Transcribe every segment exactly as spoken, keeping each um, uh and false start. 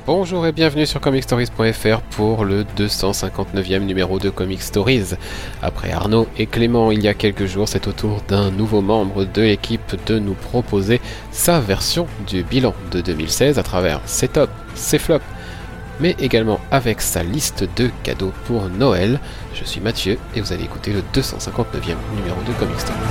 Bonjour et bienvenue sur comic stories point f r pour le deux cent cinquante-neuvième numéro de Comic Stories. Après Arnaud et Clément il y a quelques jours, c'est au tour d'un nouveau membre de l'équipe de nous proposer sa version du bilan de deux mille seize à travers ses tops, ses flops, mais également avec sa liste de cadeaux pour Noël. Je suis Mathieu et vous allez écouter le deux cent cinquante-neuvième numéro de Comic Stories.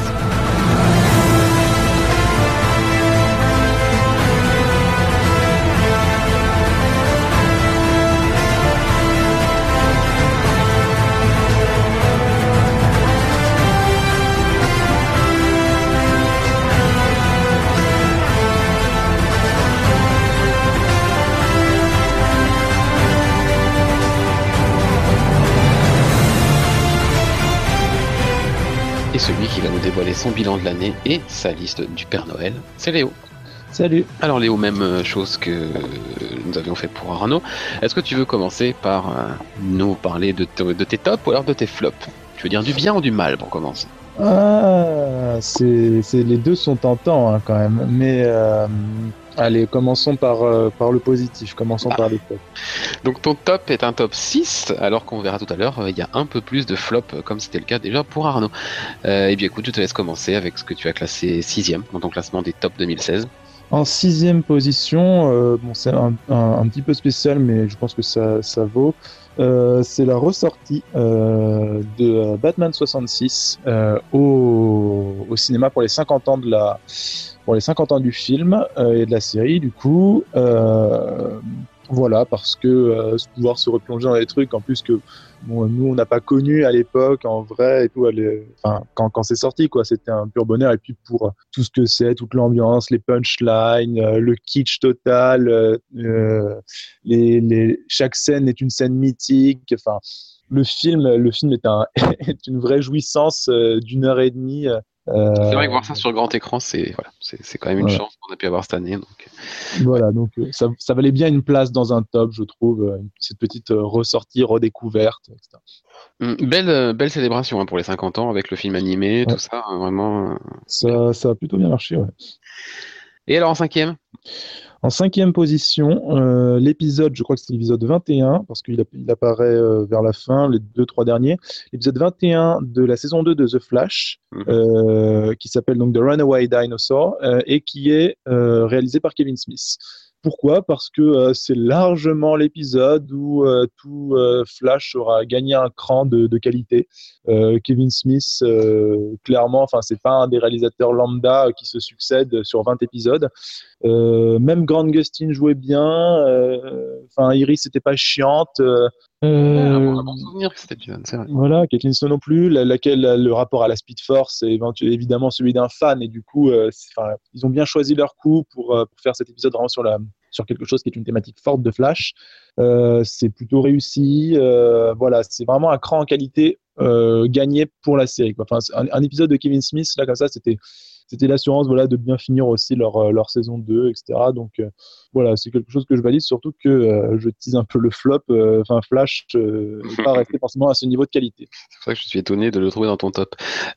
Et celui qui va nous dévoiler son bilan de l'année et sa liste du Père Noël, c'est Léo. Salut. Alors Léo, même chose que nous avions fait pour Arnaud. Est-ce que tu veux commencer par euh, nous parler de, te, de tes tops ou alors de tes flops? Tu veux dire du bien ou du mal pour commencer? Ah, c'est, c'est, les deux sont tentants hein, quand même. Mais euh, allez, commençons par, euh, par le positif. Commençons ah. par les tops. Donc ton top est un top six, alors qu'on verra tout à l'heure, il euh, y a un peu plus de flops, comme c'était le cas déjà pour Arnaud. Euh, et bien écoute, je te laisse commencer avec ce que tu as classé sixième dans ton classement des top deux mille seize. En sixième position, euh, bon, c'est un, un, un petit peu spécial, mais je pense que ça, ça vaut. Euh, c'est la ressortie euh, de Batman soixante-six euh, au, au cinéma pour les cinquante ans de la, pour les cinquante ans du film euh, et de la série. Du coup, euh, voilà, parce que euh, pouvoir se replonger dans les trucs, en plus que bon, nous on n'a pas connu à l'époque en vrai et tout, elle, enfin quand quand c'est sorti quoi, c'était un pur bonheur. Et puis pour tout ce que c'est, toute l'ambiance, les punchlines, euh, le kitsch total, euh, les les chaque scène est une scène mythique. Enfin, le film le film est un est une vraie jouissance euh, d'une heure et demie. Euh, C'est vrai que voir ça sur grand écran, c'est voilà, c'est, c'est quand même une voilà. chance qu'on a pu avoir cette année. Donc... Voilà, donc ça, ça valait bien une place dans un top, je trouve, cette petite ressortie, redécouverte, et cetera. Mmh, belle, belle célébration hein, pour les cinquante ans avec le film animé, ouais. Tout ça, vraiment. Ça, ça a plutôt bien marché, ouais. Et alors en cinquième ? En cinquième position, euh, l'épisode, je crois que c'est l'épisode vingt et un, parce qu'il il apparaît euh, vers la fin, les deux, trois derniers, l'épisode vingt et un de la saison deux de The Flash, mmh. euh, qui s'appelle donc The Runaway Dinosaur, euh, et qui est euh, réalisé par Kevin Smith. Pourquoi ? Parce que euh, c'est largement l'épisode où euh, tout euh, Flash aura gagné un cran de, de qualité. Euh, Kevin Smith, euh, clairement, enfin c'est pas un des réalisateurs lambda qui se succèdent sur vingt épisodes. Euh, même Grant Gustin jouait bien. Enfin, euh, Iris n'était pas chiante. Euh, Euh, un, bon, un bon souvenir cet épisode, c'est vrai. Voilà, Caitlin Snow non plus, la, laquelle le rapport à la Speed Force est évidemment celui d'un fan, et du coup, euh, ils ont bien choisi leur coup pour, euh, pour faire cet épisode vraiment sur, la, sur quelque chose qui est une thématique forte de Flash. Euh, c'est plutôt réussi, euh, voilà, c'est vraiment un cran en qualité euh, gagné pour la série, quoi. Enfin, un, un épisode de Kevin Smith, là, comme ça, c'était... C'était l'assurance voilà, de bien finir aussi leur, leur saison deux, et cetera. Donc euh, voilà, c'est quelque chose que je valide, surtout que euh, je tease un peu le flop. Enfin, euh, Flash n'est euh, pas resté forcément à ce niveau de qualité. C'est pour ça que je suis étonné de le trouver dans ton top.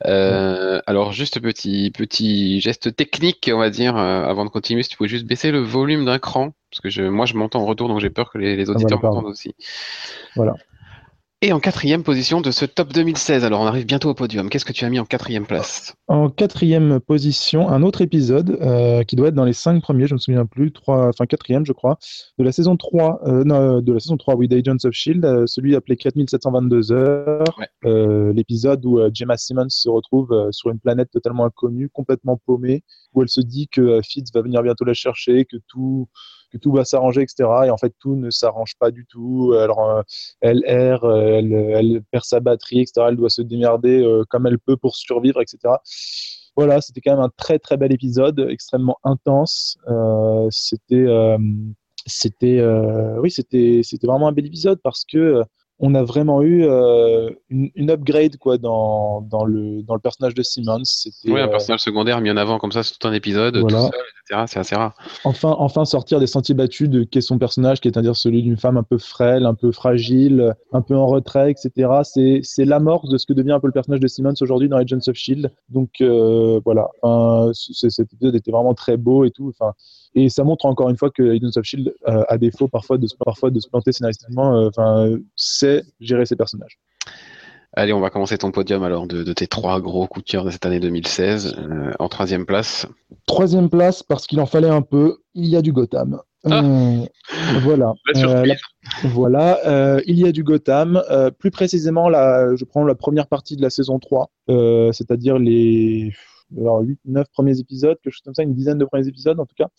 Euh, ouais. Alors, juste petit, petit geste technique, on va dire, euh, avant de continuer, si tu pouvais juste baisser le volume d'un cran, parce que je, moi je m'entends en retour, donc j'ai peur que les, les auditeurs ah, voilà, m'entendent aussi. Voilà. Et en quatrième position de ce top deux mille seize, alors on arrive bientôt au podium, qu'est-ce que tu as mis en quatrième place ? En quatrième position, un autre épisode euh, qui doit être dans les cinq premiers, je ne me souviens plus, trois, enfin quatrième je crois, de la saison trois, euh, non, de la saison trois, oui, d'Agents of Shield, euh, celui appelé quatre mille sept cent vingt-deux heures, ouais. euh, l'épisode où euh, Gemma Simmons se retrouve euh, sur une planète totalement inconnue, complètement paumée, où elle se dit que euh, Fitz va venir bientôt la chercher, que tout... que tout va s'arranger, et cetera. Et en fait, tout ne s'arrange pas du tout. Alors, elle erre, elle, elle perd sa batterie, et cetera. Elle doit se démerder euh, comme elle peut pour survivre, et cetera. Voilà, c'était quand même un très très bel épisode, extrêmement intense. Euh, c'était, euh, c'était, euh, oui, c'était, c'était vraiment un bel épisode parce que on a vraiment eu euh, une, une upgrade quoi dans dans le dans le personnage de Simmons. C'était, oui, un personnage euh... secondaire mis en avant comme ça sur tout un épisode, voilà. Tout seul, et cetera. C'est assez rare. Enfin, enfin sortir des sentiers battus de qu'est son personnage, qui est à dire celui d'une femme un peu frêle, un peu fragile, un peu en retrait, et cetera. C'est, c'est l'amorce de ce que devient un peu le personnage de Simmons aujourd'hui dans Agents of Shield. Donc euh, voilà, enfin, c- cet épisode était vraiment très beau et tout. Enfin, et ça montre encore une fois que Agents of Shield, euh, à défaut parfois de, se- parfois de se planter scénaristiquement, euh, enfin, sait gérer ses personnages. Allez, on va commencer ton podium alors de, de tes trois gros coups de cœur de cette année deux mille seize. Euh, en troisième place. Troisième place, parce qu'il en fallait un peu, il y a du Gotham. Ah, Euh, voilà. la Euh, la- surprise. voilà. Euh, il y a du Gotham. Euh, plus précisément, la, je prends la première partie de la saison trois, euh, c'est-à-dire les alors, huit, neuf premiers épisodes, quelque chose comme ça, une dizaine de premiers épisodes en tout cas.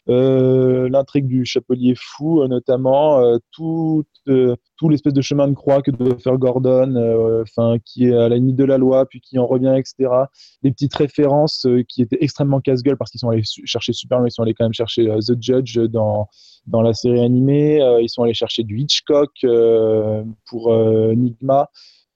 Euh, l'intrigue du Chapelier Fou, euh, notamment, euh, tout, euh, tout l'espèce de chemin de croix que doit faire Gordon, euh, enfin, qui est à la limite de la loi, puis qui en revient, et cetera. Les petites références euh, qui étaient extrêmement casse-gueule parce qu'ils sont allés su- chercher Superman, ils sont allés quand même chercher euh, The Judge dans, dans la série animée, euh, ils sont allés chercher du Hitchcock euh, pour euh, Enigma.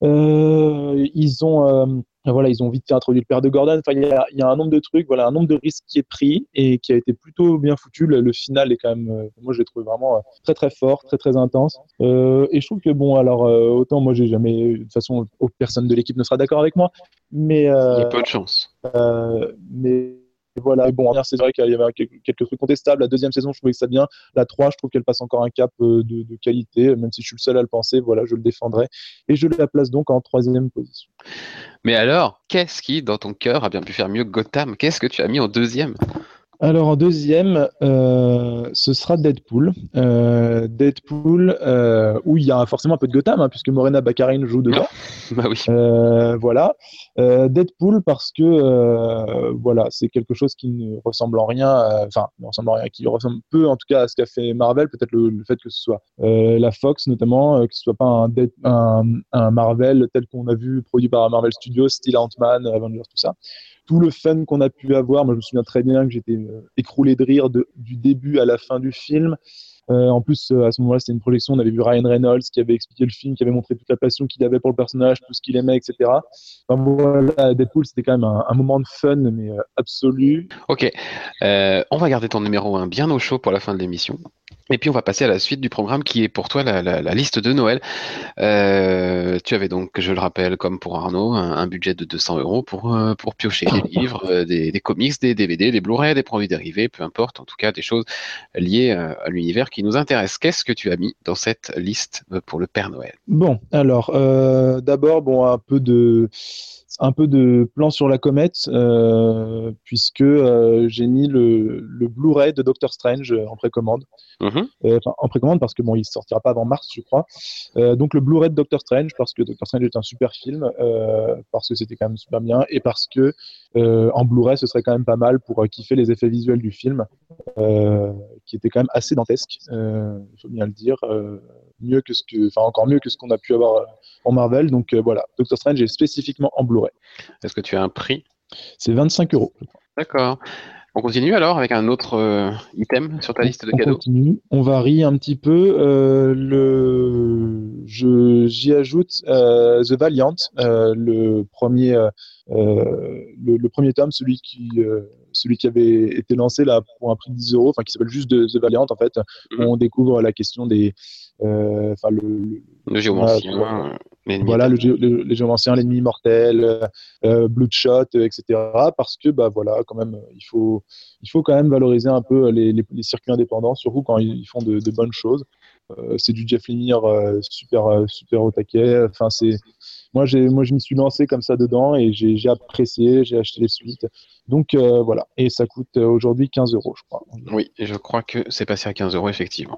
Euh, ils ont euh, voilà, ils ont vite fait introduire le père de Gordon. Enfin, il y a, il y a un nombre de trucs, voilà, un nombre de risques qui est pris et qui a été plutôt bien foutu. Le, le final est quand même, euh, moi, je l'ai trouvé vraiment euh, très très fort, très très intense. Euh, et je trouve que bon, alors euh, autant moi, j'ai jamais, de toute façon, aucune personne de l'équipe ne sera d'accord avec moi, mais Il y a euh, peu de chance. euh, mais voilà, bon, en première, c'est vrai qu'il y avait quelques, quelques trucs contestables. La deuxième saison, je trouvais que ça bien. La trois, je trouve qu'elle passe encore un cap euh, de, de qualité, même si je suis le seul à le penser. Voilà, je le défendrai. Et je la place donc en troisième position. Mais alors, qu'est-ce qui, dans ton cœur, a bien pu faire mieux que Gotham? Qu'est-ce que tu as mis en deuxième? Alors en deuxième, euh, ce sera Deadpool. Euh, Deadpool, euh, où il y a forcément un peu de Gotham, hein, puisque Morena Baccarin joue Non, dedans. bah oui. Euh, voilà. Euh, Deadpool parce que euh, voilà, c'est quelque chose qui ne ressemble en rien, à- enfin, ne ressemble en rien, qui ressemble peu en tout cas à ce qu'a fait Marvel. Peut-être le, le fait que ce soit euh, la Fox notamment, euh, que ce soit pas un, Dead- un, un Marvel tel qu'on a vu produit par Marvel Studios, style Ant-Man, Avengers, tout ça. Tout le fun qu'on a pu avoir, moi je me souviens très bien que j'étais euh, écroulé de rire de, du début à la fin du film. Euh, en plus, euh, à ce moment-là, c'était une projection. On avait vu Ryan Reynolds qui avait expliqué le film, qui avait montré toute la passion qu'il avait pour le personnage, tout ce qu'il aimait, et cetera. Enfin, voilà, Deadpool, c'était quand même un, un moment de fun, mais euh, absolu. Ok, Euh, on va garder ton numéro un bien au chaud pour la fin de l'émission. Et puis on va passer à la suite du programme qui est pour toi la, la- la liste de Noël. Euh, tu avais donc, je le rappelle, comme pour Arnaud, un, un budget de deux cents euros pour, euh, pour piocher des livres, euh, des, des comics, des D V D, des Blu-ray, des produits dérivés, peu importe, en tout cas des choses liées euh, à l'univers qui nous intéresse. Qu'est-ce que tu as mis dans cette liste euh, pour le Père Noël? Bon, alors, euh, d'abord, bon, un peu de, un peu de plan sur la comète, euh, puisque euh, j'ai mis le, le Blu-ray de Doctor Strange euh, en précommande. Mhm. Euh, enfin, en précommande parce que bon, il sortira pas avant mars, je crois. Euh, donc le Blu-ray de Doctor Strange parce que Doctor Strange est un super film, euh, parce que c'était quand même super bien et parce que euh, en Blu-ray ce serait quand même pas mal pour euh, kiffer les effets visuels du film, euh, qui étaient quand même assez dantesques, euh, il faut bien le dire, euh, mieux que ce que, enfin encore mieux que ce qu'on a pu avoir euh, en Marvel. Donc euh, voilà, Doctor Strange est spécifiquement en Blu-ray. Est-ce que tu as un prix? C'est vingt-cinq euros. D'accord. On continue alors avec un autre euh, item sur ta On, liste de on cadeaux? continue, on varie un petit peu. Euh, le, je, j'y ajoute euh, The Valiant, euh, le premier, euh, euh, le, le premier tome, celui qui, euh, celui qui avait été lancé là pour un prix de dix euros, enfin qui s'appelle juste de, The Valiant en fait. Mhm. On découvre la question des, euh, enfin le, le- Le on a trois- géomancien, l'ennemi voilà, le, éternel. gé- le- les géomanciens, l'ennemi immortel, euh, euh, Bloodshot, euh, et cetera. Parce que bah voilà, quand même, il faut, il faut quand même valoriser un peu les, les, les circuits indépendants, surtout quand ils, ils font de, de bonnes choses. Euh, c'est du Jeff Lemire euh, super, euh, super au taquet. Enfin, c'est, moi, j'ai, moi, je m'y suis lancé comme ça dedans et j'ai, j'ai apprécié, j'ai acheté les suites. Donc euh, voilà, et ça coûte euh, aujourd'hui quinze euros, je crois. Oui, et je crois que c'est passé à quinze euros, effectivement.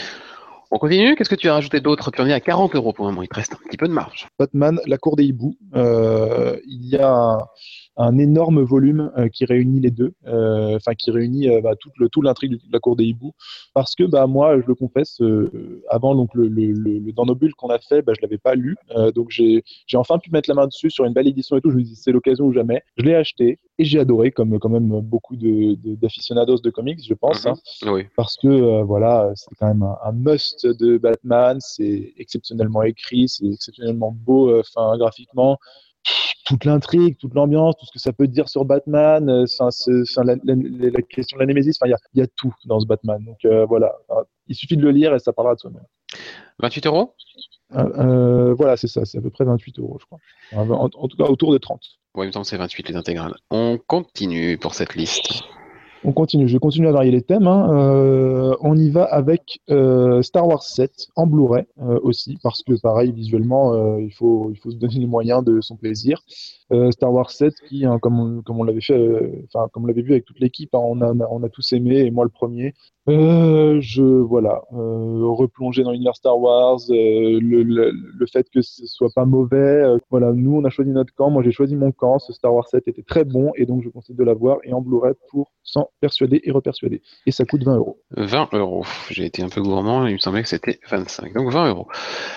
On continue? Qu'est-ce que tu as rajouté d'autre? Tu en es à quarante euros pour le moment, il te reste un petit peu de marge. Batman, La Cour des Hiboux. Euh, il y a un, un énorme volume euh, qui réunit les deux, euh, enfin qui réunit euh, bah, tout, le, tout l'intrigue de La Cour des Hiboux, parce que bah, moi, je le confesse, euh, avant donc, le, le, le, le Dans nos bulles qu'on a fait, bah, je l'avais pas lu, euh, donc j'ai, j'ai enfin pu mettre la main dessus sur une belle édition et tout, je me dis c'est l'occasion ou jamais. Je l'ai acheté et j'ai adoré, comme quand même beaucoup de, de, d'aficionados de comics, je pense, hein, Mhm. Oui. parce que euh, voilà, c'est quand même un, un must de Batman, c'est exceptionnellement écrit, c'est exceptionnellement beau, enfin graphiquement. toute l'intrigue, toute l'ambiance, tout ce que ça peut dire sur Batman, euh, enfin, c'est- enfin, la, la- la- la question de la Némésis, enfin, il y a, il y a tout dans ce Batman. Donc euh, voilà, Enfin, il suffit de le lire et ça parlera de soi-même. vingt-huit euros? Euh, euh, voilà, c'est ça, c'est à peu près vingt-huit euros, je crois. En, en- en tout cas, autour de trente. Ouais, il me semble que c'est vingt-huit les intégrales. On continue pour cette liste. On continue, je vais continuer à varier les thèmes, hein. Euh, on y va avec euh, Star Wars sept en Blu-ray euh, aussi, parce que pareil, visuellement, euh, il faut, il faut se donner les moyens de son plaisir. Euh, Star Wars sept qui, hein, comme on, comme on l'avait fait, euh, enfin comme on l'avait vu avec toute l'équipe, hein, on a, on a tous aimé, et moi le premier. Euh, je voilà, euh, replonger dans l'univers Star Wars, euh, le, le, le fait que ce soit pas mauvais. Euh, voilà, nous on a choisi notre camp, moi j'ai choisi mon camp. Ce Star Wars sept était très bon et donc je conseille de l'avoir et en Blu-ray pour s'en persuader et repersuader. Et ça coûte vingt euros. vingt euros. J'ai été un peu gourmand, il me semblait que c'était vingt-cinq. Donc vingt euros.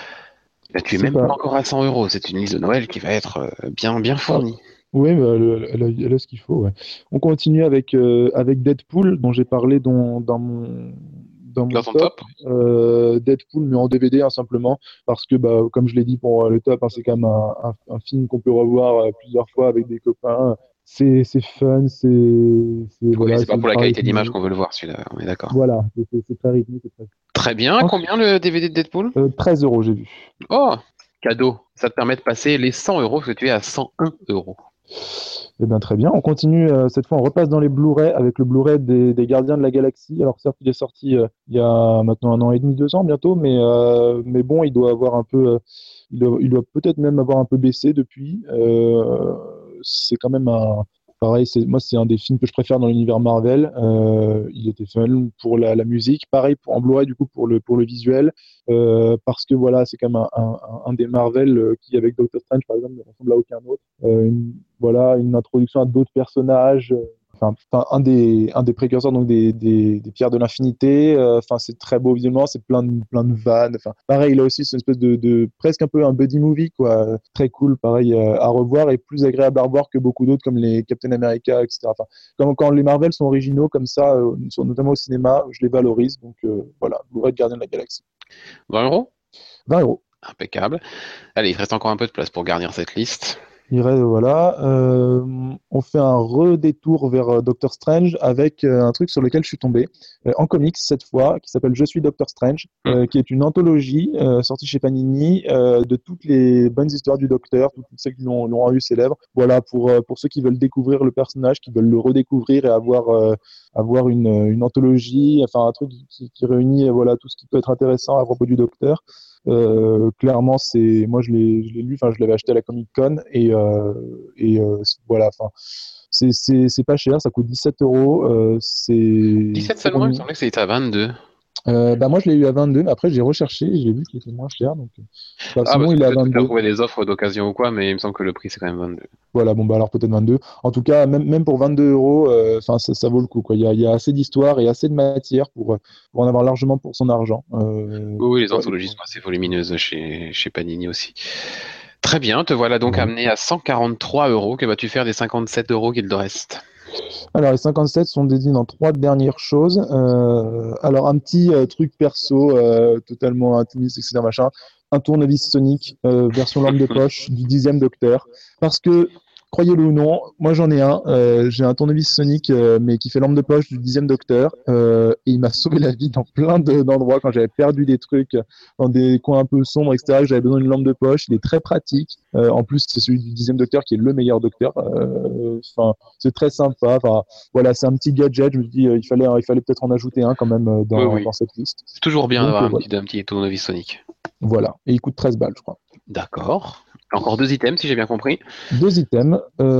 Là, tu es C'est même pas pas. encore à cent euros. C'est une liste de Noël qui va être euh, bien, bien Ah, fournie. oui, mais elle, elle a, elle a ce qu'il faut. Ouais. On continue avec, euh, avec Deadpool, dont j'ai parlé dans, dans mon, dans Dans mon ton top. top? Euh, Deadpool, mais en D V D, hein, simplement, parce que, bah, comme je l'ai dit pour euh, le top, hein, c'est quand même un, un, un film qu'on peut revoir euh, plusieurs fois avec des copains. C'est c'est fun, c'est c'est- Oui, mais voilà, c'est c'est pas pour la ultra qualité d'image rythmé. qu'on veut le voir, celui-là. On est d'accord. Voilà, c'est c'est- c'est très rythmé, c'est très. Très bien. Ensuite, Combien le D V D de Deadpool? euh, treize euros, j'ai vu. Oh, cadeau. Ça te permet de passer les cent euros parce que tu es à cent un euros. Eh bien, très bien. On continue. Euh, cette fois, on repasse dans les Blu-ray avec le Blu-ray des, des Gardiens de la Galaxie. Alors, certes, il est sorti euh, il y a maintenant un an et demi, deux ans bientôt, mais, euh, mais bon, il doit avoir un peu, euh, il doit, il doit peut-être même avoir un peu baissé depuis. Euh, c'est quand même un. Pareil, c'est, moi, c'est un des films que je préfère dans l'univers Marvel. Euh, il était fun pour la, la musique. Pareil pour, en Blu-ray, du coup, pour le, pour le visuel. Euh, parce que voilà, c'est quand même un, un, un des Marvel euh, qui, avec Doctor Strange, par exemple, ne ressemble à aucun autre. Euh, une, voilà, une introduction à d'autres personnages. euh, Enfin, enfin, un des un des précurseurs donc des, des, des pierres de l'infinité. euh, Enfin, c'est très beau visuellement, c'est plein de plein de vannes. Enfin, pareil, là aussi, c'est une espèce de, de presque un peu un buddy movie quoi. Très cool, pareil euh, à revoir et plus agréable à revoir que beaucoup d'autres comme les Captain America, et cetera. Enfin, quand, quand les Marvel sont originaux comme ça, euh, notamment au cinéma, je les valorise. Donc euh, voilà, Blu-ray de Gardien de la Galaxie. vingt euros? vingt euros. Impeccable. Allez, il te reste encore un peu de place pour garnir cette liste. Il reste, voilà. Euh, on fait un redétour vers euh, Doctor Strange avec euh, un truc sur lequel je suis tombé, euh, en comics cette fois, qui s'appelle Je suis Doctor Strange, Hmm. euh, qui est une anthologie euh, sortie chez Panini euh, de toutes les bonnes histoires du Docteur, toutes celles qui l'ont l'ont rendu célèbre. Voilà, pour, euh, pour ceux qui veulent découvrir le personnage, qui veulent le redécouvrir et avoir, euh, avoir une, une anthologie, enfin un truc qui, qui réunit euh, voilà, tout ce qui peut être intéressant à propos du Docteur. Euh, clairement, c'est moi je l'ai je l'ai lu, enfin je l'avais acheté à la Comic Con et euh, et euh, voilà, enfin c'est c'est c'est pas cher, ça coûte dix-sept euros, euh, c'est dix-sept seulement, il me fourni. semblait que c'était à vingt-deux. Euh, bah moi je l'ai eu à vingt-deux, mais après j'ai recherché et j'ai vu qu'il était moins cher, donc euh, bah, Ah, sinon parce que il est à peut-être que tu as vingt-deux. trouvé des offres d'occasion ou quoi, mais il me semble que le prix c'est quand même vingt-deux. Voilà, bon bah alors peut-être vingt-deux. En tout cas, même même pour vingt-deux euros, euh, enfin ça, ça vaut le coup quoi. Il y a il y a assez d'histoire et assez de matière pour euh, pour en avoir largement pour son argent. Euh, Oui, oui, les ouais, anthologies sont assez volumineuses chez, chez Panini aussi. Très bien, te voilà donc voilà. amené à cent quarante-trois euros. Que vas-tu faire des cinquante-sept euros qu'il te reste? Alors, les cinquante-sept sont dédiés dans trois dernières choses. Euh, alors, un petit euh, truc perso, euh, totalement intimiste, et cetera. Machin. Un tournevis Sonic, euh, version lampe de poche du dixième Docteur. Parce que, croyez-le ou non, moi j'en ai un. Euh, j'ai un tournevis Sonic, euh, mais qui fait lampe de poche du dixième Docteur. Euh, et il m'a sauvé la vie dans plein de- d'endroits quand j'avais perdu des trucs dans des coins un peu sombres, et cetera. Que j'avais besoin d'une lampe de poche. Il est très pratique. Euh, en plus, c'est celui du dixième Docteur qui est le meilleur Docteur. Euh, Enfin, c'est très sympa. Enfin, voilà, c'est un petit gadget. Je me dis, euh, il fallait, il fallait peut-être en ajouter un quand même euh, Oui, dans, oui. dans cette liste. C'est toujours bien Donc d'avoir euh, un voilà, petit, un petit tournevis Sonic. voilà. Et il coûte treize balles, je crois. D'accord. Encore deux items, si j'ai bien compris. Deux items,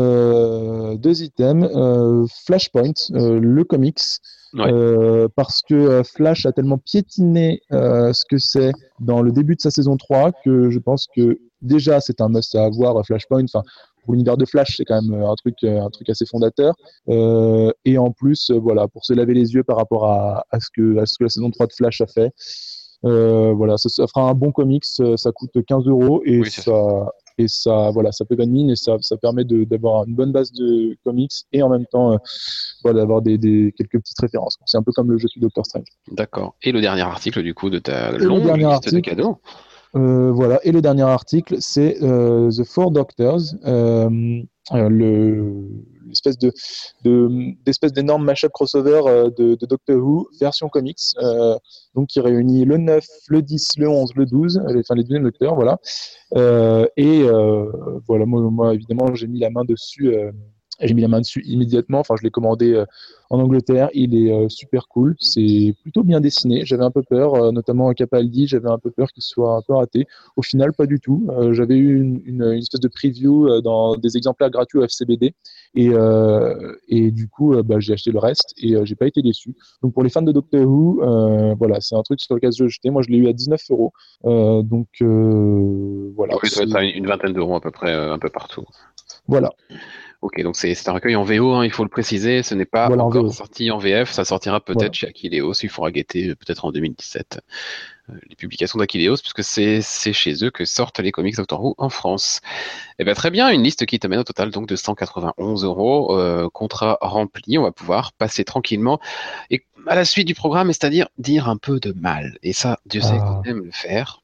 euh, deux items. Euh, Flashpoint, euh, le comics, Ouais. euh, parce que euh, Flash a tellement piétiné euh, ce que c'est dans le début de sa saison trois que je pense que déjà c'est un must à avoir. Flashpoint. Enfin, pour l'univers de Flash, c'est quand même un truc, un truc assez fondateur. Euh, et en plus, euh, voilà, pour se laver les yeux par rapport à, à, ce que, à ce que la saison trois de Flash a fait. Euh, voilà, ça, ça fera un bon comics, ça coûte quinze euros et Oui, c'est ça. ça, et ça, voilà, ça peut pas de mine et ça, ça permet de, d'avoir une bonne base de comics et en même temps, euh, voilà, d'avoir des, des, quelques petites références. C'est un peu comme le Je suis Doctor Strange. D'accord. Et le dernier article, du coup, de ta Et le longue dernier liste de article, cadeaux. Euh, voilà. Et le dernier article, c'est euh, The Four Doctors, euh, euh, le, l'espèce de, de, d'espèce d'énorme mashup crossover euh, de, de Doctor Who version comics, euh, donc qui réunit le neuf, le dix, le onze, le douze, les, enfin les douzième docteurs, voilà. Euh, et euh, voilà, moi, moi, évidemment, j'ai mis la main dessus. Euh, j'ai mis la main dessus immédiatement. Enfin, je l'ai commandé euh, en Angleterre. Il est euh, super cool. C'est plutôt bien dessiné. J'avais un peu peur, euh, notamment à Capaldi. J'avais un peu peur qu'il soit un peu raté. Au final, pas du tout. Euh, j'avais eu une, une, une espèce de preview euh, dans des exemplaires gratuits au F C B D. Et, euh, et du coup, euh, bah, j'ai acheté le reste et euh, j'ai pas été déçu. Donc, pour les fans de Doctor Who, euh, voilà, c'est un truc sur lequel je jeter. Moi, je l'ai eu à dix-neuf euros. Euh, donc, euh, voilà. Oui, ça doit être à une, une vingtaine d'euros à peu près, euh, un peu partout. Voilà. Ok, donc c'est c'est un recueil en V O, hein, il faut le préciser, ce n'est pas Voilà en encore V O. sorti en V F, ça sortira peut-être Voilà. chez Akileos, il faudra guetter euh, peut-être en deux mille dix-sept euh, les publications d'Akileos, puisque c'est c'est chez eux que sortent les comics Doctor Who en France. Eh bien très bien, une liste qui te mène au total donc de cent quatre-vingt-onze euros, euh, contrat rempli, on va pouvoir passer tranquillement et à la suite du programme, c'est-à-dire dire un peu de mal, et ça, Dieu sait qu'on Ah. aime le faire.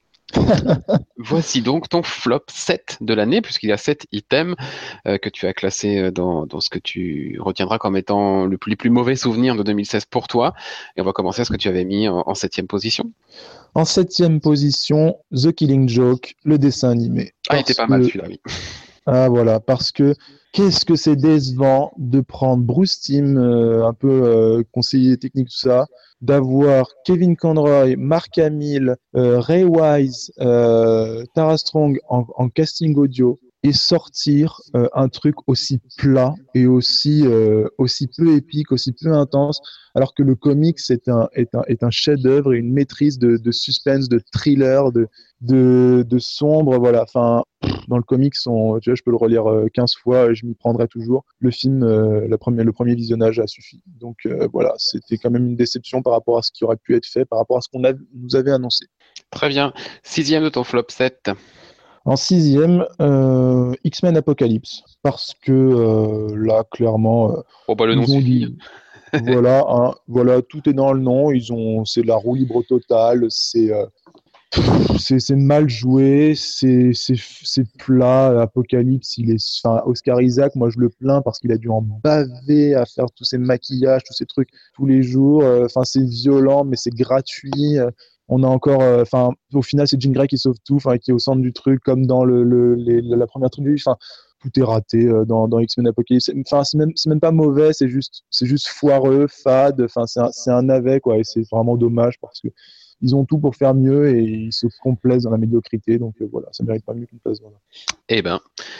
Voici donc ton flop sept de l'année, puisqu'il y a sept items euh, que tu as classés euh, dans, dans ce que tu retiendras comme étant le plus, les plus mauvais souvenirs de deux mille seize pour toi. Et on va commencer à ce que tu avais mis en, en septième position. En septième position, The Killing Joke, le dessin animé. Ah, il était Parce pas mal que, celui-là, oui. ah voilà, parce que qu'est-ce que c'est décevant de prendre Bruce Timm, euh, un peu euh, conseiller technique, tout ça, d'avoir Kevin Conroy, Mark Hamill, euh, Ray Wise, euh, Tara Strong en, en casting audio et sortir euh, un truc aussi plat et aussi, euh, aussi peu épique, aussi peu intense, alors que le comics est un, est un, est un chef-d'œuvre et une maîtrise de, de suspense, de thriller, de, de, de sombre, voilà. Enfin, dans le comics, on, tu vois, je peux le relire euh, quinze fois, et je m'y prendrai toujours. Le film, euh, la première, le premier visionnage a suffi. Donc euh, voilà, c'était quand même une déception par rapport à ce qui aurait pu être fait, par rapport à ce qu'on a, nous avait annoncé. Très bien. Sixième de ton flop sept. En sixième, euh, X-Men Apocalypse, parce que euh, là, clairement, euh, Oh bah le nom ils ont suffit. dit, voilà, hein, voilà, tout est dans le nom. Ils ont, c'est la roue libre totale, c'est euh, c'est c'est mal joué, c'est c'est c'est plat. Apocalypse, il est, enfin, Oscar Isaac, moi je le plains parce qu'il a dû en baver à faire tous ces maquillages, tous ces trucs tous les jours. Euh, Enfin, c'est violent, mais c'est gratuit. Euh, On a encore, euh, enfin, au final, c'est Jean Grey qui sauve tout, enfin, qui est au centre du truc, comme dans le, le les- la première trilogie. Enfin, tout est raté euh, dans, dans X-Men Apocalypse. Enfin, c'est même, c'est même pas mauvais, c'est juste, c'est juste foireux, fade. Enfin, c'est un, c'est un navet, quoi, et c'est vraiment dommage parce que ils ont tout pour faire mieux et ils se complaisent dans la médiocrité. Donc euh, voilà, ça mérite pas mieux qu'une place. Voilà. Eh ben.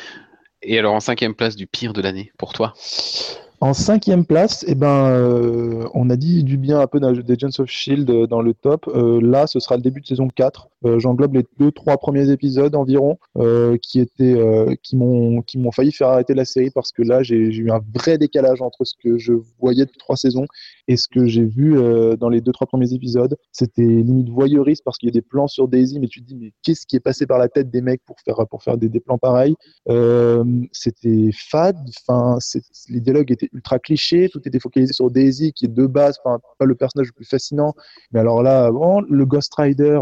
Et alors en cinquième place du pire de l'année, pour toi? En cinquième place, eh ben, euh, on a dit du bien un peu des Agents of Shield euh, dans le top. Euh, là, ce sera le début de saison quatre. Euh, j'englobe les deux, trois premiers épisodes environ euh, qui étaient, euh, qui m'ont, qui m'ont failli faire arrêter la série parce que là, j'ai, j'ai eu un vrai décalage entre ce que je voyais depuis trois saisons et ce que j'ai vu euh, dans les deux, trois premiers épisodes. C'était limite voyeuriste parce qu'il y a des plans sur Daisy, mais tu te dis, mais qu'est-ce qui est passé par la tête des mecs pour faire, pour faire des, des plans pareils? Euh, c'était fade. Enfin, les dialogues étaient ultra clichés, tout était focalisé sur Daisy, qui est de base pas, pas le personnage le plus fascinant. Mais alors là, bon, le Ghost Rider,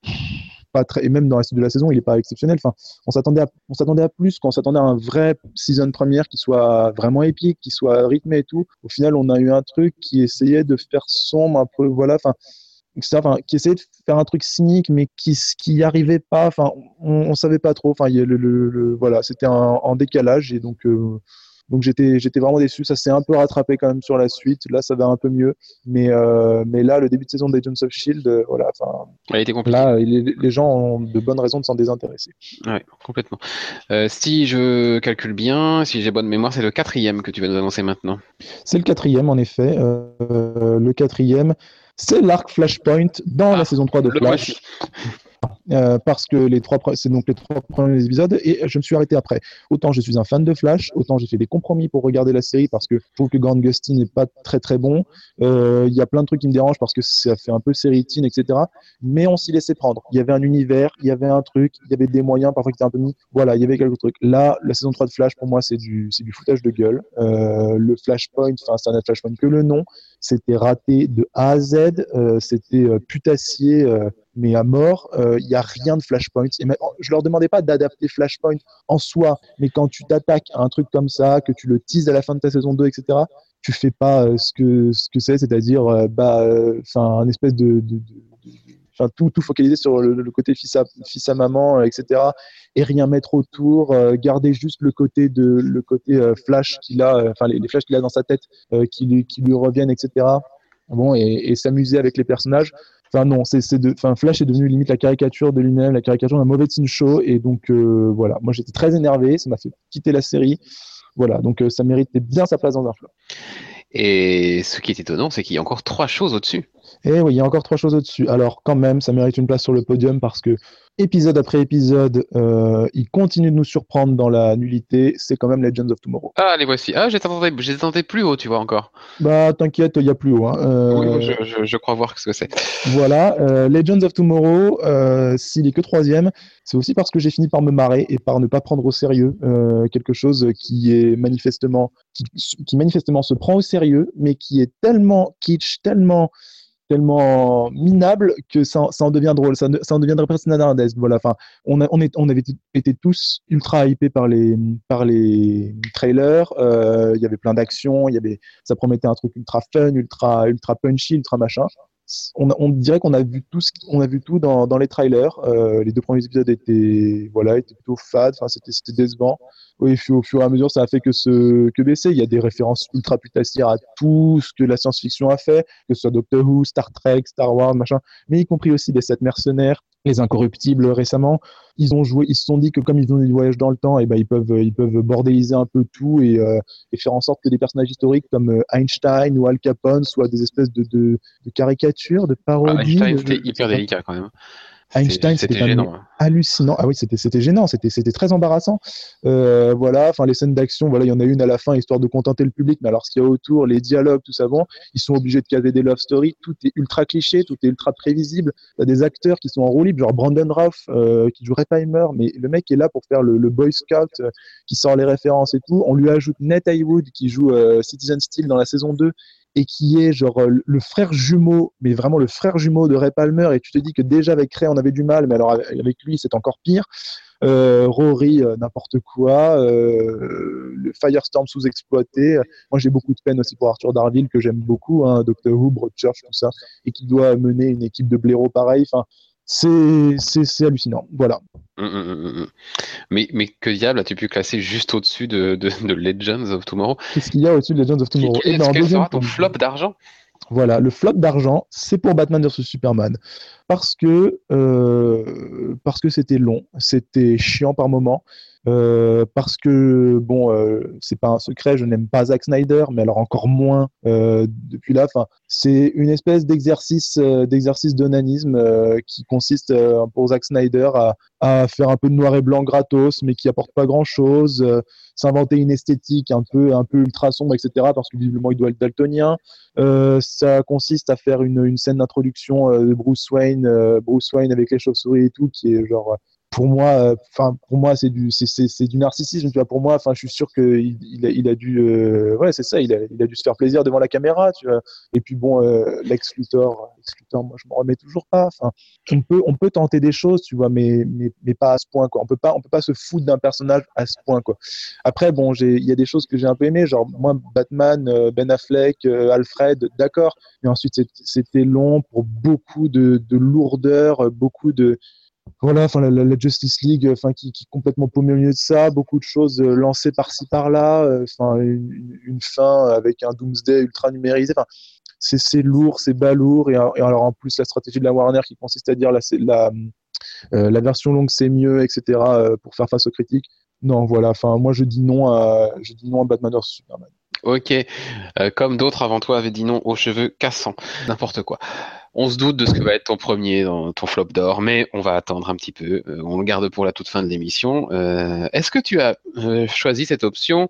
pas très, et même dans la suite de la saison, il n'est pas exceptionnel. Enfin, on s'attendait à, on s'attendait à plus, qu'on s'attendait à un vrai season première qui soit vraiment épique, qui soit rythmé et tout. Au final, on a eu un truc qui essayait de faire sombre un peu, voilà, enfin, Enfin, qui essayait de faire un truc cynique, mais qui qui y arrivait pas. Enfin, on, on savait pas trop. Enfin, il y a le, le, le- voilà, c'était en, en décalage et donc euh, donc j'étais j'étais vraiment déçu. Ça s'est un peu rattrapé quand même sur la suite. Là, ça va un peu mieux, mais euh, mais là, le début de saison des Agents of Shield, euh, voilà. Enfin, Elle a été compliquée. là, les, les gens ont de bonnes raisons de s'en désintéresser. Ouais, complètement. Euh, si je calcule bien, si j'ai bonne mémoire, c'est le quatrième que tu vas nous annoncer maintenant. C'est le quatrième, en effet. Euh, le quatrième, c'est l'arc Flashpoint dans la Ah, saison trois de le voici. Flash. Euh, parce que les trois, c'est donc les trois premiers épisodes et je me suis arrêté après. Autant je suis un fan de Flash, autant j'ai fait des compromis pour regarder la série parce que je trouve que Grant Gustin n'est pas très très bon. Euh, Il y a plein de trucs qui me dérangent parce que ça fait un peu série teen, et cetera. Mais on s'y laissait prendre. Il y avait un univers, il y avait un truc, il y avait des moyens parfois qui étaient un peu mis. Voilà, il y avait quelques trucs. Là, la saison trois de Flash pour moi c'est du c'est du foutage de gueule. Euh, le Flashpoint, enfin c'est un Flashpoint que le nom, c'était raté de A à Z. Euh, c'était euh, putassier. Euh, mais à mort. Il euh, y a rien de Flashpoint. Et même, je leur demandais pas d'adapter Flashpoint en soi, mais quand tu t'attaques à un truc comme ça, que tu le teases à la fin de ta saison deux, et cetera, tu fais pas euh, ce que ce que c'est, c'est-à-dire euh, bah, enfin euh, un espèce de, de, de, de Enfin, tout, tout focaliser sur le, le côté fils à, fils à maman, euh, et cetera. Et rien mettre autour, euh, garder juste le côté de le côté euh, flash qu'il a, enfin euh, les, les flashs qu'il a dans sa tête, euh, qui, lui, qui lui reviennent, et cetera. Bon, et, et s'amuser avec les personnages. Enfin non, c'est, c'est de, enfin Flash est devenu limite la caricature de lui-même, la caricature d'un mauvais teen show. Et donc euh, voilà, moi j'étais très énervé, ça m'a fait quitter la série. Voilà, donc euh, ça méritait bien sa place dans un flop. Et ce qui est étonnant, c'est qu'il y a encore trois choses au-dessus. Et oui, il y a encore trois choses au-dessus. Alors quand même, ça mérite une place sur le podium parce que épisode après épisode, euh, il continue de nous surprendre dans la nullité. C'est quand même Legends of Tomorrow. Ah, les voici. Ah, j'ai tenté, j'ai tenté plus haut, tu vois, encore. Bah t'inquiète, il y a plus haut. Hein. Euh... Oui, moi, je, je, je crois voir ce que c'est. Voilà, euh, Legends of Tomorrow, euh, s'il est que troisième, c'est aussi parce que j'ai fini par me marrer et par ne pas prendre au sérieux euh, quelque chose qui est manifestement, qui, qui manifestement se prend au sérieux, mais qui est tellement kitsch, tellement tellement minable que ça, ça en devient drôle, ça, ça en deviendrait presque nanardesque. Voilà, enfin, on, a, on, est, on avait été tous ultra hypés par les, par les trailers. Il euh, y avait plein d'actions, il y avait, ça promettait un truc ultra fun, ultra, ultra punchy, ultra machin. On, on dirait qu'on a vu tout, ce, on a vu tout dans, dans les trailers. Euh, les deux premiers épisodes étaient, voilà, étaient plutôt fades. Enfin, c'était, c'était décevant. Oui, au fur et à mesure, ça a fait que, ce, que baisser. Il y a des références ultra putassières à tout ce que la science-fiction a fait, que ce soit Doctor Who, Star Trek, Star Wars, machin, mais y compris aussi les sept mercenaires, les Incorruptibles récemment. Ils ont joué, ils se sont dit que comme ils ont du voyage dans le temps, et ben ils peuvent, ils peuvent bordéliser un peu tout et, euh, et faire en sorte que des personnages historiques comme euh, Einstein ou Al Capone soient des espèces de, de, de caricatures, de parodies. Ah, Einstein, c'était de, hyper délicat quand même. Einstein, c'était, c'était gênant. Hein. Hallucinant. Ah oui, c'était, c'était gênant, c'était, c'était très embarrassant. Euh, voilà, enfin les scènes d'action, voilà, il y en a une à la fin histoire de contenter le public, mais alors ce qu'il y a autour, les dialogues, tout ça, bon, ils sont obligés de caser des love stories, tout est ultra cliché, tout est ultra prévisible. Il y a des acteurs qui sont en roue libre, genre Brandon Routh euh, qui joue Reimer, mais le mec est là pour faire le, le Boy Scout euh, qui sort les références et tout. On lui ajoute Nate Heywood qui joue euh, Citizen Steel dans la saison deux et qui est genre le frère jumeau, mais vraiment le frère jumeau de Ray Palmer, et tu te dis que déjà avec Ray on avait du mal, mais alors avec lui c'est encore pire. Euh, Rory, euh, n'importe quoi, euh, le Firestorm sous-exploité. Moi j'ai beaucoup de peine aussi pour Arthur Darville que j'aime beaucoup, hein, Doctor Who, Broadchurch, tout ça, et qui doit mener une équipe de blaireaux pareil. Enfin, c'est, c'est, c'est hallucinant. Voilà. Mmh, mmh, mmh. Mais, mais que diable as-tu pu classer juste au-dessus de, de, de Legends of Tomorrow? Qu'est-ce qu'il y a au-dessus de Legends of Tomorrow? Quel, ben, quel sera ton flop d'argent? Voilà, le flop d'argent, c'est pour Batman versus Superman. Parce que, euh, parce que c'était long, c'était chiant par moments. Euh, parce que, bon, euh, c'est pas un secret, je n'aime pas Zack Snyder, mais alors encore moins euh, depuis là. Enfin, c'est une espèce d'exercice, euh, d'exercice d'onanisme euh, qui consiste euh, pour Zack Snyder à, à faire un peu de noir et blanc gratos, mais qui apporte pas grand-chose. Euh, s'inventer une esthétique un peu, un peu ultra sombre, et cetera. Parce que visiblement il doit être daltonien. Euh, ça consiste à faire une, une scène d'introduction euh, de Bruce Wayne, euh, Bruce Wayne avec les chauves-souris et tout, qui est genre, pour moi, enfin, euh, pour moi, c'est du, c'est, c'est, c'est du narcissisme, tu vois. Pour moi, enfin, je suis sûr que il, il, a, il a dû, euh, ouais, c'est ça, il a, il a dû se faire plaisir devant la caméra, tu vois. Et puis bon, euh, Lex Luthor, Lex Luthor, moi, je m'en remets toujours pas. Enfin, on peut, on peut tenter des choses, tu vois, mais, mais, mais pas à ce point, quoi. On peut pas, on peut pas se foutre d'un personnage à ce point, quoi. Après, bon, j'ai, il y a des choses que j'ai un peu aimées, genre moi, Batman, euh, Ben Affleck, euh, Alfred, d'accord. Mais ensuite, c'était long pour beaucoup de, de lourdeur, beaucoup de voilà, enfin la, la Justice League, enfin qui, qui est complètement paumé au milieu de ça, beaucoup de choses euh, lancées par-ci par-là, enfin euh, une, une fin avec un Doomsday ultra numérisé. Enfin, c'est, c'est lourd, c'est balourd, et, et alors en plus la stratégie de la Warner qui consiste à dire la la, euh, la version longue c'est mieux, et cetera euh, pour faire face aux critiques. Non, voilà, enfin moi je dis non à je dis non à Batman versus Superman. Ok, euh, comme d'autres avant toi avaient dit non aux cheveux cassants, n'importe quoi. On se doute de ce que va être ton premier, dans ton flop d'or, mais on va attendre un petit peu. Euh, on le garde pour la toute fin de l'émission. Euh, est-ce que tu as euh, choisi cette option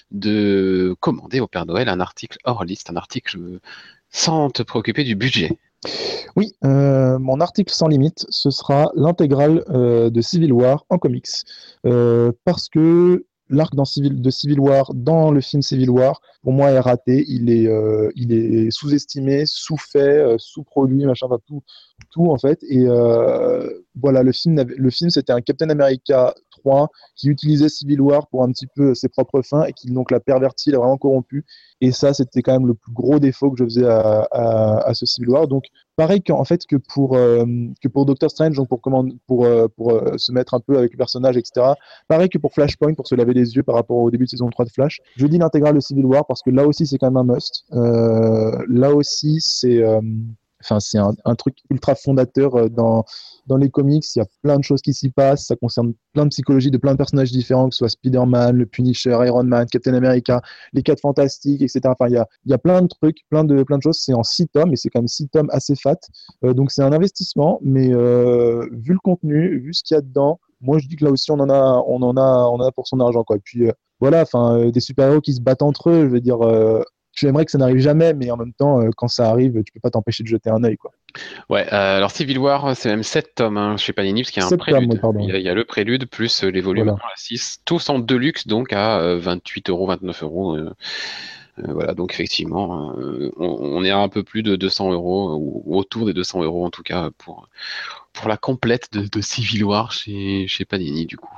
de commander au Père Noël un article hors liste, un article sans te préoccuper du budget? Oui, euh, mon article sans limite, ce sera l'intégrale euh, de Civil War en comics. Euh, parce que l'arc dans Civil, de Civil War dans le film Civil War, pour moi, est raté. Il est, euh, il est sous-estimé, sous-fait, euh, sous-produit, machin, enfin, tout, tout en fait. Et euh, voilà, le film, le film, c'était un Captain America trois qui utilisait Civil War pour un petit peu ses propres fins et qui donc l'a perverti, l'a vraiment corrompu. Et ça, c'était quand même le plus gros défaut que je faisais à, à, à ce Civil War. Donc, pareil qu'en fait que pour euh, que pour Doctor Strange, donc pour comment pour euh, pour euh, se mettre un peu avec le personnage, et cetera. Pareil que pour Flashpoint, pour se laver les yeux par rapport au début de saison trois de Flash. Je dis l'intégrale de Civil War parce que là aussi c'est quand même un must. Euh, là aussi c'est euh, Enfin, c'est un, un truc ultra fondateur euh, dans, dans les comics. Il y a plein de choses qui s'y passent. Ça concerne plein de psychologies de plein de personnages différents, que ce soit Spider-Man, le Punisher, Iron Man, Captain America, les quatre Fantastiques, et cetera. Enfin, il y a, il y a plein de trucs, plein de, plein de choses. C'est en six tomes et c'est quand même six tomes assez fat. Euh, donc, c'est un investissement, mais euh, vu le contenu, vu ce qu'il y a dedans, moi, je dis que là aussi, on en a, on en a, on en a pour son argent, quoi. Et puis, euh, voilà, enfin, euh, des super-héros qui se battent entre eux, je veux dire. Euh, J'aimerais que ça n'arrive jamais, mais en même temps, euh, quand ça arrive, tu peux pas t'empêcher de jeter un œil, quoi. Ouais, euh, alors Civil War, c'est même sept tomes hein, chez Panini, parce qu'il y a un Sept tomes, oui, prélude. Il pardon. y a, il y a le prélude plus euh, les volumes Voilà. un à six, tous en deluxe, donc à euh, vingt-huit euros, vingt-neuf euros. Euh, euh, voilà, donc effectivement, euh, on, on est à un peu plus de deux cents euros, ou, ou autour des deux cents euros en tout cas, pour, pour la complète de, de Civil War chez, chez Panini, du coup.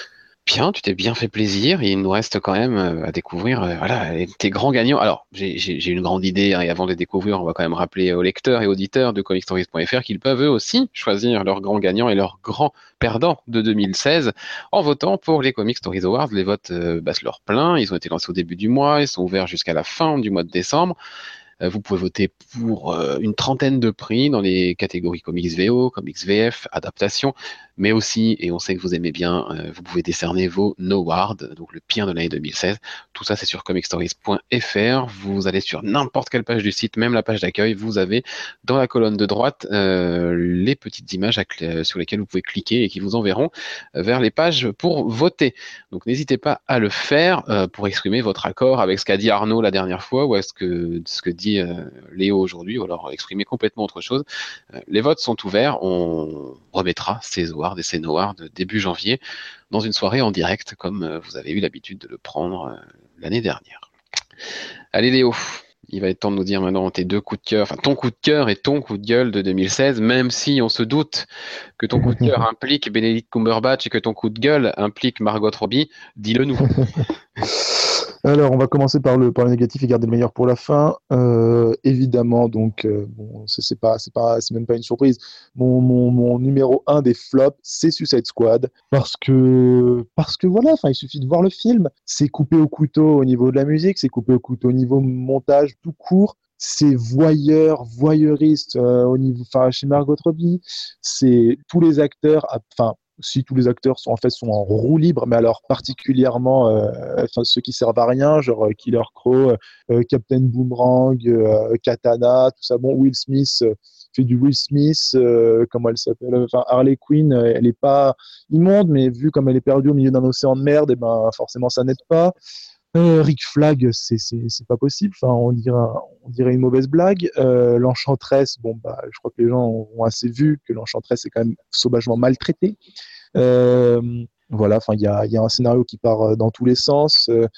Bien, tu t'es bien fait plaisir. Il nous reste quand même euh, à découvrir euh, voilà, tes grands gagnants. Alors, j'ai j'ai- j'ai une grande idée, hein, et avant de les découvrir, on va quand même rappeler aux lecteurs et auditeurs de comic stories point f r qu'ils peuvent eux aussi choisir leurs grands gagnants et leurs grands perdants de deux mille seize en votant pour les Comic Stories Awards. Les votes euh, battent leur plein. Ils ont été lancés au début du mois. Ils sont ouverts jusqu'à la fin du mois de décembre. Euh, Vous pouvez voter pour euh, une trentaine de prix dans les catégories comics V O, comics V F, adaptation, mais aussi, et on sait que vous aimez bien, euh, vous pouvez décerner vos Nowards, donc le pire de l'année deux mille seize. Tout ça, c'est sur comic stories point f r. Vous allez sur n'importe quelle page du site, même la page d'accueil, vous avez dans la colonne de droite euh, les petites images à cl- sur lesquelles vous pouvez cliquer et qui vous enverront vers les pages pour voter. Donc n'hésitez pas à le faire euh, pour exprimer votre accord avec ce qu'a dit Arnaud la dernière fois ou à ce que, ce que dit euh, Léo aujourd'hui, ou alors exprimer complètement autre chose. Euh, les votes sont ouverts, on remettra ces awards et ces no-awards début janvier dans une soirée en direct comme euh, vous avez eu l'habitude de le prendre euh, l'année dernière. Allez Léo, il va être temps de nous dire maintenant tes deux coups de cœur, enfin ton coup de cœur et ton coup de gueule de deux mille seize, même si on se doute que ton coup de cœur implique Benedict Cumberbatch et que ton coup de gueule implique Margot Robbie, dis-le nous. Alors, on va commencer par le, par le négatif et garder le meilleur pour la fin. Euh, évidemment, donc, euh, bon, c'est c'est pas, c'est pas, c'est même pas une surprise. Mon, mon, mon numéro un des flops, c'est Suicide Squad, parce que, parce que voilà, enfin, il suffit de voir le film. C'est coupé au couteau au niveau de la musique, c'est coupé au couteau au niveau montage, tout court. C'est voyeur, voyeuriste euh, au niveau, enfin, chez Margot Robbie. C'est tous les acteurs, enfin, si tous les acteurs sont en fait sont en roue libre, mais alors particulièrement euh, enfin, ceux qui servent à rien, genre euh, Killer Crow, euh, Captain Boomerang, euh, Katana, tout ça. Bon, Will Smith euh, fait du Will Smith, euh, comment elle s'appelle, enfin Harley Quinn, euh, elle est pas immonde, mais vu comme elle est perdue au milieu d'un océan de merde, et ben forcément ça n'aide pas. Euh, Rick Flag, c'est c'est c'est pas possible. Enfin, on dirait un- on dirait une mauvaise blague. Euh, L'Enchantresse, bon bah, je crois que les gens ont assez vu que l'Enchantresse est quand même sauvagement maltraitée. Euh, voilà, enfin, il y a, il y a un scénario qui part euh, dans tous les sens. Euh,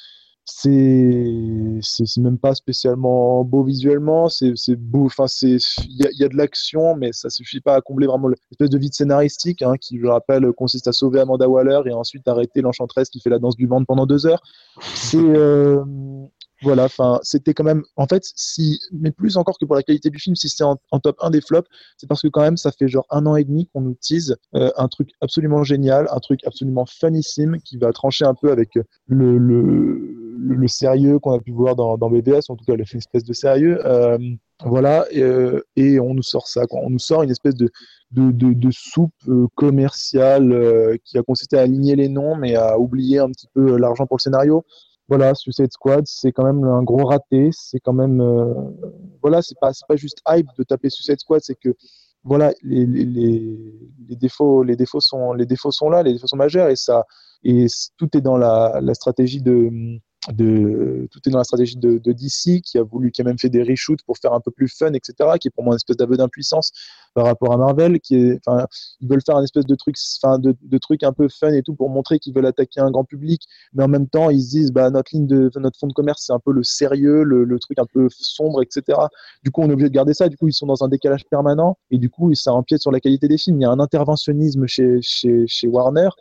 c'est c'est c'est même pas spécialement beau visuellement. C'est c'est beau. Enfin, c'est il y a, il y a de l'action, mais ça suffit pas à combler vraiment l'espèce de vide scénaristique hein, qui, je le rappelle, consiste à sauver Amanda Waller et ensuite arrêter l'Enchantresse qui fait la danse du ventre pendant deux heures. C'est euh, voilà, enfin, c'était quand même, en fait, si, mais plus encore que pour la qualité du film, si c'est en, en top un des flops, c'est parce que quand même, ça fait genre un an et demi qu'on nous tease euh, un truc absolument génial, un truc absolument funissime qui va trancher un peu avec le, le, le, le sérieux qu'on a pu voir dans, dans B V S, en tout cas, une espèce de sérieux. Euh, voilà, et, euh, et on nous sort ça, quoi. On nous sort une espèce de, de, de, de soupe euh, commerciale euh, qui a consisté à aligner les noms, mais à oublier un petit peu l'argent pour le scénario. Voilà, Suicide Squad, c'est quand même un gros raté. C'est quand même, euh, voilà, c'est pas, c'est pas juste hype de taper Suicide Squad, c'est que, voilà, les, les, les, les défauts, les défauts sont, les défauts sont là, les défauts sont majeurs et ça, et tout est dans la, la stratégie de, de, tout est dans la stratégie de, de D C qui a voulu, qui a même fait des reshoots pour faire un peu plus fun, et cetera, qui est pour moi une espèce d'aveu d'impuissance par rapport à Marvel, qui est, enfin, ils veulent faire un espèce de truc, enfin, de, de truc un peu fun et tout pour montrer qu'ils veulent attaquer un grand public, mais en même temps, ils se disent, bah, notre ligne de, notre fond de commerce, c'est un peu le sérieux, le, le truc un peu sombre, et cetera. Du coup, on est obligé de garder ça. Du coup, ils sont dans un décalage permanent et du coup, ça empiète sur la qualité des films. Il y a un interventionnisme chez, chez, chez Warner.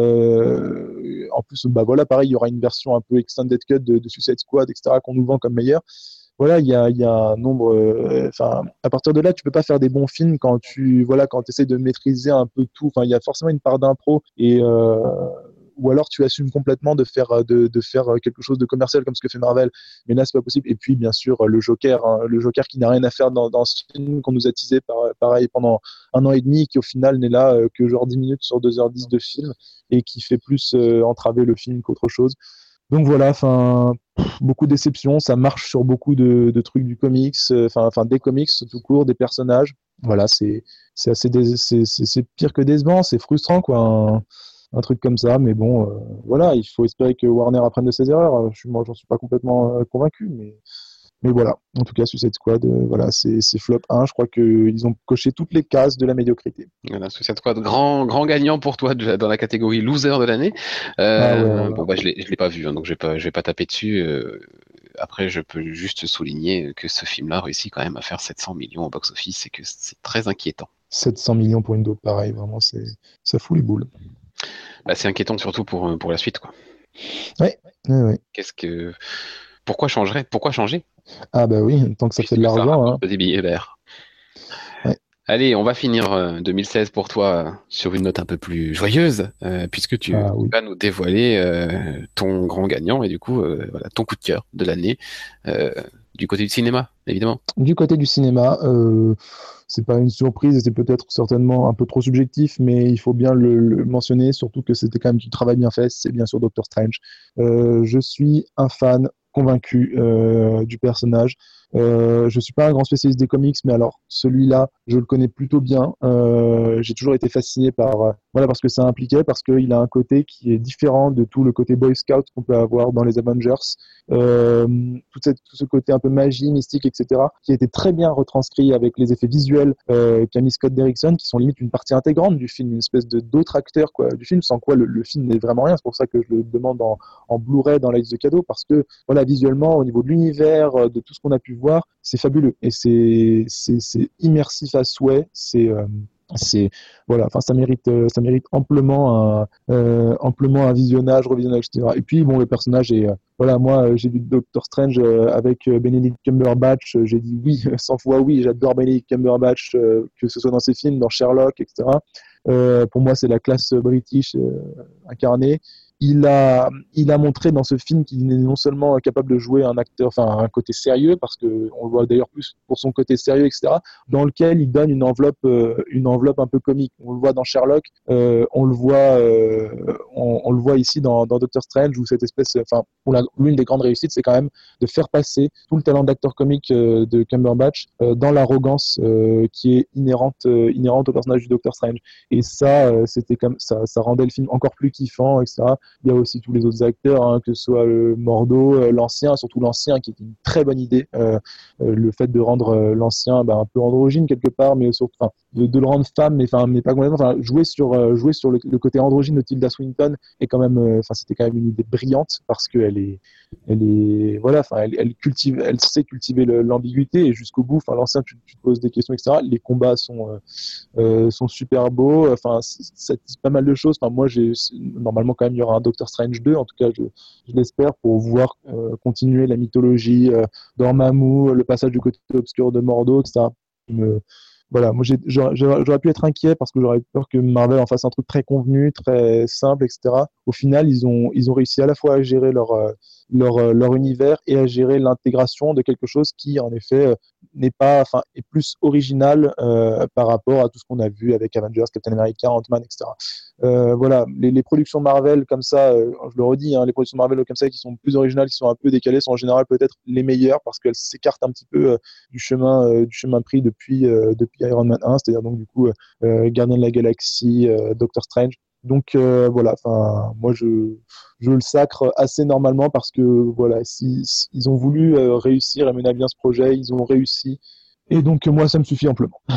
Euh, en plus, bah voilà, pareil, il y aura une version un peu extended cut de, de Suicide Squad, et cetera, qu'on nous vend comme meilleure. Voilà, il y a, il y a un nombre. Enfin, euh, à partir de là, tu peux pas faire des bons films quand tu, voilà, quand tu essaies de maîtriser un peu tout. Enfin, il y a forcément une part d'impro et euh, ou alors tu assumes complètement de faire de, de faire quelque chose de commercial comme ce que fait Marvel. Mais là, c'est pas possible. Et puis, bien sûr, le Joker, hein, le Joker qui n'a rien à faire dans, dans ce film qu'on nous a teasé par, pareil pendant un an et demi, qui au final n'est là euh, que genre dix minutes sur deux heures dix de film et qui fait plus euh, entraver le film qu'autre chose. Donc voilà, enfin, beaucoup de déceptions. Ça marche sur beaucoup de, de trucs du comics, enfin, enfin des comics tout court, des personnages. Voilà, c'est c'est assez dés- c'est c'est c'est pire que décevant, c'est frustrant quoi, un, un truc comme ça. Mais bon, euh, voilà, il faut espérer que Warner apprenne de ses erreurs. Je suis, moi, j'en suis pas complètement euh, convaincu, mais mais voilà. En tout cas, Suicide Squad, euh, voilà, c'est c'est flop un. Je crois qu'ils ont coché toutes les cases de la médiocrité. Voilà, Suicide Squad, grand, grand gagnant pour toi de- dans la catégorie loser de l'année. Ah ouais, Euh, alors bon, là. bah, je l'ai, je l'ai pas vu, hein, donc je vais pas, je vais pas taper dessus. Euh, après, je peux juste souligner que ce film-là réussit quand même à faire sept cents millions au box-office et que c'est très inquiétant. sept cents millions pour une dope pareil, vraiment, c'est ça fout les boules. Bah, c'est inquiétant surtout pour, pour la suite, quoi. Ouais, ouais, ouais. Qu'est-ce que, pourquoi changerait, pourquoi changer? Ah bah oui, tant que ça fait de Puisque ça l'argent, hein. rapporte des billets verts. Ouais. Allez, on va finir euh, deux mille seize pour toi euh, sur une note un peu plus joyeuse, euh, puisque tu Ah oui. vas nous dévoiler euh, ton grand gagnant et du coup, euh, voilà, ton coup de cœur de l'année euh, du côté du cinéma, évidemment. Du côté du cinéma, euh, c'est pas une surprise et c'est peut-être certainement un peu trop subjectif, mais il faut bien le, le mentionner, surtout que c'était quand même du travail bien fait, c'est bien sûr Doctor Strange. Euh, je suis un fan convaincu euh, du personnage. Euh, je suis pas un grand spécialiste des comics, mais alors celui-là, je le connais plutôt bien. Euh, j'ai toujours été fasciné par euh, voilà parce que ça impliquait, parce qu'il a un côté qui est différent de tout le côté Boy Scout qu'on peut avoir dans les Avengers. Euh, tout, cette, tout ce côté un peu magie, mystique, et cetera, qui a été très bien retranscrit avec les effets visuels euh, qu'a mis Scott Derrickson, qui sont limite une partie intégrante du film, une espèce de d'autres acteurs quoi, du film, sans quoi le, le film n'est vraiment rien. C'est pour ça que je le demande en, en Blu-ray dans la liste de cadeaux, parce que voilà, visuellement, au niveau de l'univers, euh, de tout ce qu'on a pu voir, c'est fabuleux et c'est c'est c'est immersif à souhait. C'est euh, c'est voilà, enfin ça mérite euh, ça mérite amplement un euh, amplement un visionnage, revisionnage, et cetera. Et puis bon, le personnage est euh, voilà, moi euh, j'ai vu Doctor Strange euh, avec euh, Benedict Cumberbatch, euh, j'ai dit oui cent fois oui, j'adore Benedict Cumberbatch, euh, que ce soit dans ses films, dans Sherlock, et cetera. Euh, pour moi, c'est la classe british euh, incarnée. Il a, il a montré dans ce film qu'il est non seulement capable de jouer un acteur, enfin un côté sérieux, parce que on le voit d'ailleurs plus pour son côté sérieux, et cetera, dans lequel il donne une enveloppe, euh, une enveloppe un peu comique. On le voit dans Sherlock, euh, on le voit, euh, on, on le voit ici dans, dans Doctor Strange, où cette espèce, enfin, pour la, l'une des grandes réussites, c'est quand même de faire passer tout le talent d'acteur comique euh, de Cumberbatch euh, dans l'arrogance euh, qui est inhérente, euh, inhérente au personnage du Doctor Strange. Et ça, euh, c'était comme ça, ça rendait le film encore plus kiffant, et cetera. Il y a aussi tous les autres acteurs, hein, que ce soit le Mordo, euh, l'ancien, surtout l'ancien, qui est une très bonne idée. Euh, euh, le fait de rendre euh, l'ancien bah, un peu androgyne quelque part, mais surtout, enfin, de, de le rendre femme, mais enfin, mais pas complètement. Enfin, jouer sur euh, jouer sur le, le côté androgyne de Tilda Swinton est quand même, enfin, euh, c'était quand même une idée brillante parce qu'elle est, elle est, voilà, enfin, elle, elle cultive, elle sait cultiver le, l'ambiguïté et jusqu'au bout. Enfin, l'ancien, tu, tu te poses des questions, et cetera. Les combats sont euh, euh, sont super beaux. Enfin, ça dit pas mal de choses. Enfin, moi, j'ai normalement quand même il y aura un Doctor Strange deux. En tout cas, je, je l'espère pour voir euh, continuer la mythologie euh, Dormammu, le passage du côté obscur de Mordo, et cetera. Me, voilà, moi j'ai, j'aurais, j'aurais pu être inquiet parce que j'aurais peur que Marvel en fasse un truc très convenu, très simple, et cetera. Au final, ils ont, ils ont réussi à la fois à gérer leur, leur, leur univers et à gérer l'intégration de quelque chose qui, en effet, n'est pas, enfin, est plus original euh, par rapport à tout ce qu'on a vu avec Avengers, Captain America, Ant-Man, et cetera. Euh, voilà, les, les productions Marvel comme ça, euh, je le redis, hein, les productions Marvel comme ça qui sont plus originales, qui sont un peu décalées, sont en général peut-être les meilleures parce qu'elles s'écartent un petit peu euh, du chemin, euh, du chemin pris depuis, euh, depuis Iron Man un, c'est-à-dire donc du coup euh, Gardien de la Galaxie, euh, Doctor Strange. Donc euh, voilà, enfin moi je je le sacre assez normalement parce que voilà, si, si ils ont voulu euh, réussir et mener à bien ce projet, ils ont réussi et donc moi ça me suffit amplement.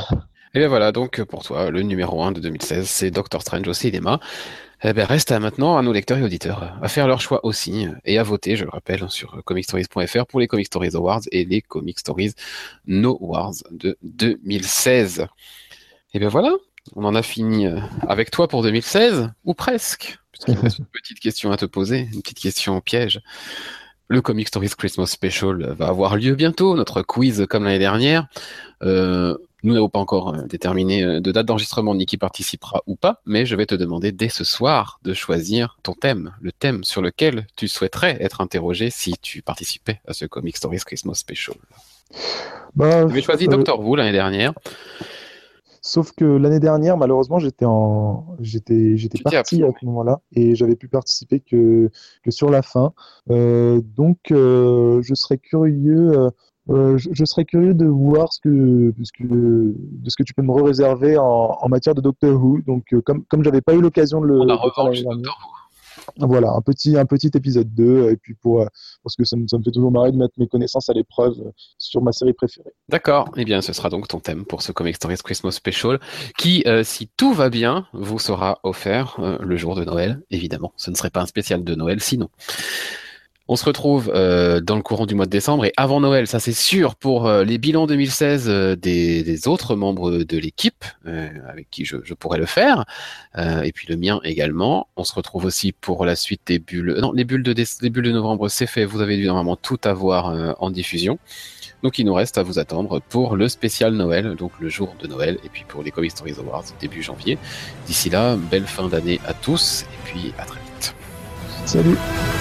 Et bien voilà, donc pour toi, le numéro un de deux mille seize, c'est Doctor Strange au cinéma. Eh ben, reste à maintenant à nos lecteurs et auditeurs à faire leur choix aussi et à voter, je le rappelle, sur comic stories point f r pour les Comic Stories Awards et les Comic Stories No Awards de deux mille seize. Et bien voilà, on en a fini euh, avec toi pour deux mille seize, ou presque, puisqu'il me reste une petite question à te poser, une petite question piège. Le Comic Stories Christmas Special va avoir lieu bientôt, notre quiz comme l'année dernière. Euh, nous n'avons pas encore euh, déterminé euh, de date d'enregistrement ni qui participera ou pas, mais je vais te demander dès ce soir de choisir ton thème, le thème sur lequel tu souhaiterais être interrogé si tu participais à ce Comic Stories Christmas Special. Bah, J'avais choisi euh, Doctor Who l'année dernière. Sauf que l'année dernière, malheureusement, j'étais en, j'étais, j'étais Tu t'es parti absent. à ce moment-là et j'avais pu participer que, que sur la fin. Euh, donc, euh, je serais curieux, euh, euh, je, je serais curieux de voir ce que, ce que, de ce que tu peux me réserver en, en matière de Doctor Who. Donc, euh, comme, comme j'avais pas eu l'occasion de Pour la le, de le faire revanche l'année de dernière, Doctor Who. voilà, un petit, un petit épisode deux. Et puis pour, euh, parce que ça me, ça me fait toujours marrer de mettre mes connaissances à l'épreuve euh, sur ma série préférée. D'accord, eh bien ce sera donc ton thème pour ce Comic Stories Christmas Special qui, euh, si tout va bien, vous sera offert euh, le jour de Noël, évidemment. Ce ne serait pas un spécial de Noël sinon. On se retrouve euh, dans le courant du mois de décembre et avant Noël, ça c'est sûr, pour euh, les bilans deux mille seize euh, des, des autres membres de l'équipe euh, avec qui je, je pourrais le faire, euh, et puis le mien également. On se retrouve aussi pour la suite des bulles. Non, les bulles de, déce- les bulles de novembre, c'est fait. Vous avez dû normalement tout avoir euh, en diffusion. Donc il nous reste à vous attendre pour le spécial Noël, donc le jour de Noël, et puis pour les Comic Stories Awards début janvier. D'ici là, belle fin d'année à tous, et puis à très vite. Salut!